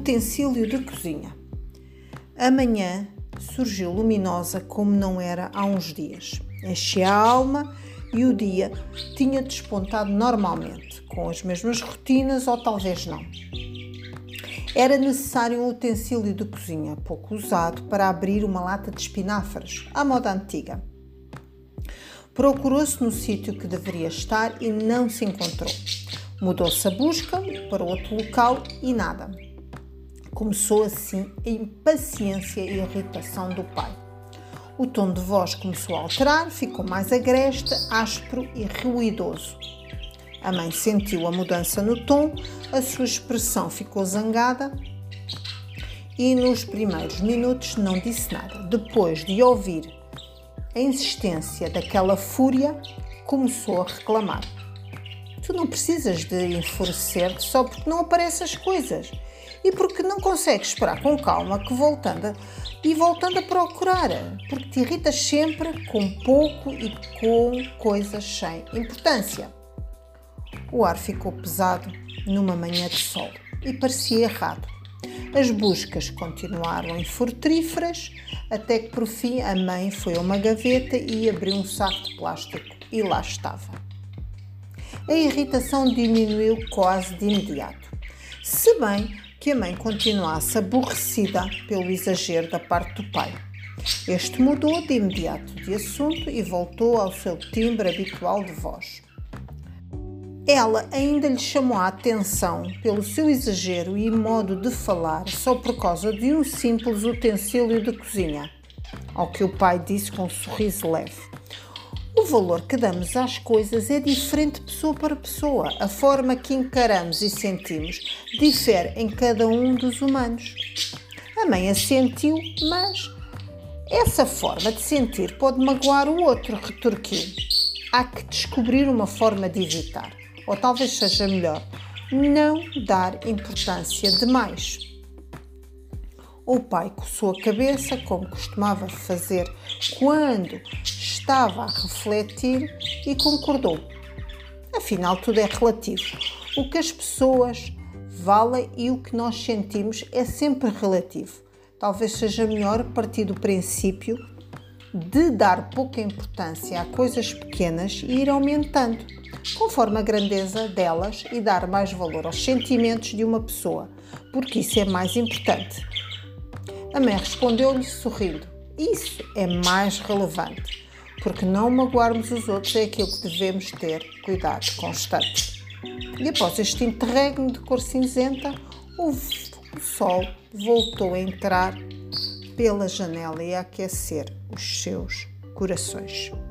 utensílio de cozinha. A manhã surgiu luminosa como não era há uns dias. Enchia a alma e o dia tinha despontado normalmente, com as mesmas rotinas ou talvez não. Era necessário um utensílio de cozinha, pouco usado, para abrir uma lata de espinafres, à moda antiga. Procurou-se no sítio que deveria estar e não se encontrou. Mudou-se a busca para outro local e nada. Começou assim a impaciência e a irritação do pai. O tom de voz começou a alterar, ficou mais agreste, áspero e ruidoso. A mãe sentiu a mudança no tom, a sua expressão ficou zangada e nos primeiros minutos não disse nada. Depois de ouvir a insistência daquela fúria, começou a reclamar. Tu não precisas de enfurecer-te só porque não aparecem as coisas e porque não consegues esperar com calma que voltando a procurar, porque te irritas sempre com pouco e com coisas sem importância. O ar ficou pesado numa manhã de sol e parecia errado. As buscas continuaram infrutíferas, até que por fim a mãe foi a uma gaveta e abriu um saco de plástico e lá estava. A irritação diminuiu quase de imediato, se bem que a mãe continuasse aborrecida pelo exagero da parte do pai. Este mudou de imediato de assunto e voltou ao seu timbre habitual de voz. Ela ainda lhe chamou a atenção pelo seu exagero e modo de falar só por causa de um simples utensílio de cozinha, ao que o pai disse com um sorriso leve. O valor que damos às coisas é diferente de pessoa para pessoa. A forma que encaramos e sentimos difere em cada um dos humanos. A mãe assentiu, mas essa forma de sentir pode magoar o outro, retorquiu. Há que descobrir uma forma de evitar. Ou talvez seja melhor, não dar importância demais. O pai coçou a cabeça, como costumava fazer quando estava a refletir, e concordou. Afinal, tudo é relativo. O que as pessoas valem e o que nós sentimos é sempre relativo. Talvez seja melhor partir do princípio de dar pouca importância a coisas pequenas e ir aumentando, conforme a grandeza delas, e dar mais valor aos sentimentos de uma pessoa, porque isso é mais importante. A mãe respondeu-lhe sorrindo. Isso é mais relevante, porque não magoarmos os outros é aquilo que devemos ter cuidado constante. E após este interregno de cor cinzenta, o sol voltou a entrar pela janela e a aquecer os seus corações.